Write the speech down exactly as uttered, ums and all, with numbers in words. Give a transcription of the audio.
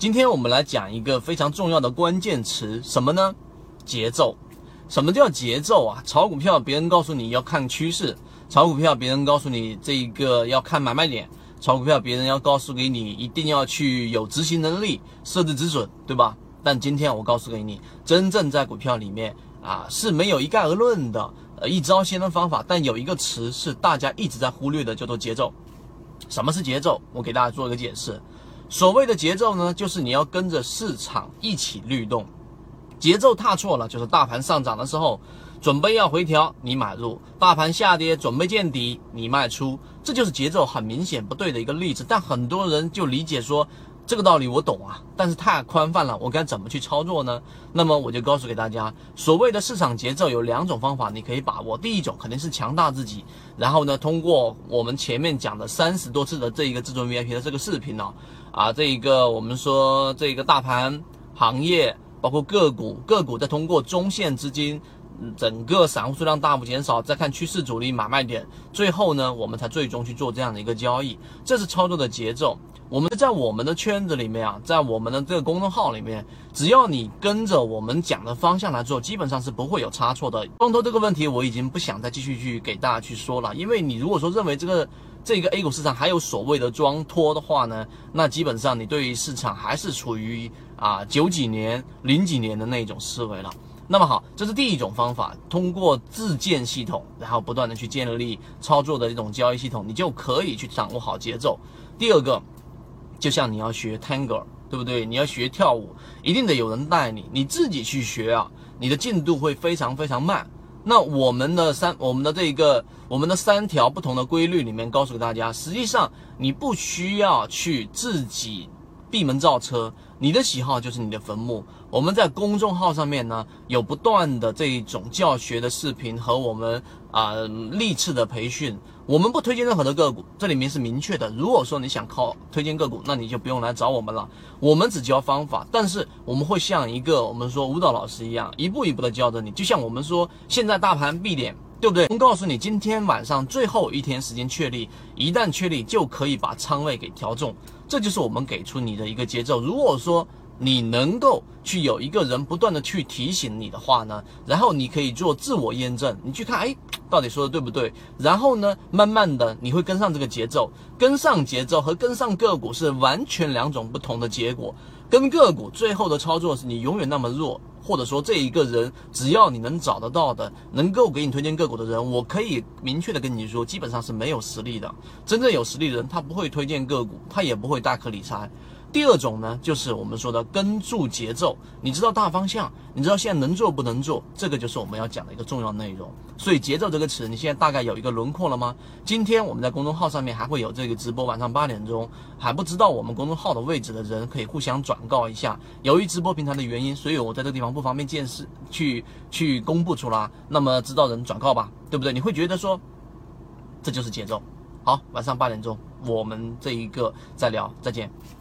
今天我们来讲一个非常重要的关键词，什么呢？节奏。什么叫节奏啊？炒股票别人告诉你要看趋势，炒股票别人告诉你这一个要看买卖点，炒股票别人要告诉给你一定要去有执行能力，设置止损，对吧？但今天我告诉给你，真正在股票里面啊是没有一概而论的呃一招鲜的方法，但有一个词是大家一直在忽略的，叫做节奏。什么是节奏？我给大家做一个解释。所谓的节奏呢，就是你要跟着市场一起律动。节奏踏错了，就是大盘上涨的时候准备要回调你买入，大盘下跌准备见底你卖出，这就是节奏很明显不对的一个例子。但很多人就理解说这个道理我懂啊，但是太宽泛了，我该怎么去操作呢？那么我就告诉给大家，所谓的市场节奏有两种方法你可以把握。第一种肯定是强大自己，然后呢通过我们前面讲的三十多次的这一个至尊 V I P 的这个视频呢、啊，啊这一个我们说这个大盘行业包括个股，个股再通过中线资金整个散户数量大幅减少，再看趋势主力买卖点，最后呢我们才最终去做这样的一个交易，这是操作的节奏。我们在我们的圈子里面啊，在我们的这个公众号里面，只要你跟着我们讲的方向来做，基本上是不会有差错的。光头这个问题我已经不想再继续去给大家去说了，因为你如果说认为这个这个 A 股市场还有所谓的装托的话呢，那基本上你对于市场还是处于啊九几年零几年的那种思维了。那么好，这是第一种方法，通过自建系统，然后不断的去建立操作的这种交易系统，你就可以去掌握好节奏。第二个，就像你要学 Tango， 对不对？你要学跳舞，一定得有人带你，你自己去学啊，你的进度会非常非常慢。那我们的三，我们的这个，我们的三条不同的规律里面，告诉给大家，实际上你不需要去自己闭门造车，你的喜好就是你的坟墓。我们在公众号上面呢，有不断的这一种教学的视频和我们啊、呃、历次的培训。我们不推荐任何的个股，这里面是明确的。如果说你想靠推荐个股，那你就不用来找我们了，我们只教方法，但是我们会像一个我们说舞蹈老师一样，一步一步的教着你。就像我们说现在大盘必点，对不对？我们告诉你今天晚上最后一天时间确立，一旦确立就可以把仓位给调重，这就是我们给出你的一个节奏。如果说你能够去有一个人不断的去提醒你的话呢，然后你可以做自我验证，你去看，哎，到底说的对不对？然后呢，慢慢的你会跟上这个节奏，跟上节奏和跟上个股是完全两种不同的结果。跟个股最后的操作是你永远那么弱，或者说这一个人只要你能找得到的，能够给你推荐个股的人，我可以明确的跟你说，基本上是没有实力的。真正有实力的人，他不会推荐个股，他也不会大可理财。第二种呢，就是我们说的跟住节奏，你知道大方向，你知道现在能做不能做，这个就是我们要讲的一个重要内容。所以节奏这个词，你现在大概有一个轮廓了吗？今天我们在公众号上面还会有这个直播，晚上八点钟，还不知道我们公众号的位置的人可以互相转告一下。由于直播平台的原因，所以我在这个地方不方便见识去去公布出来，那么知道人转告吧，对不对？你会觉得说这就是节奏。好，晚上八点钟我们这一个再聊，再见。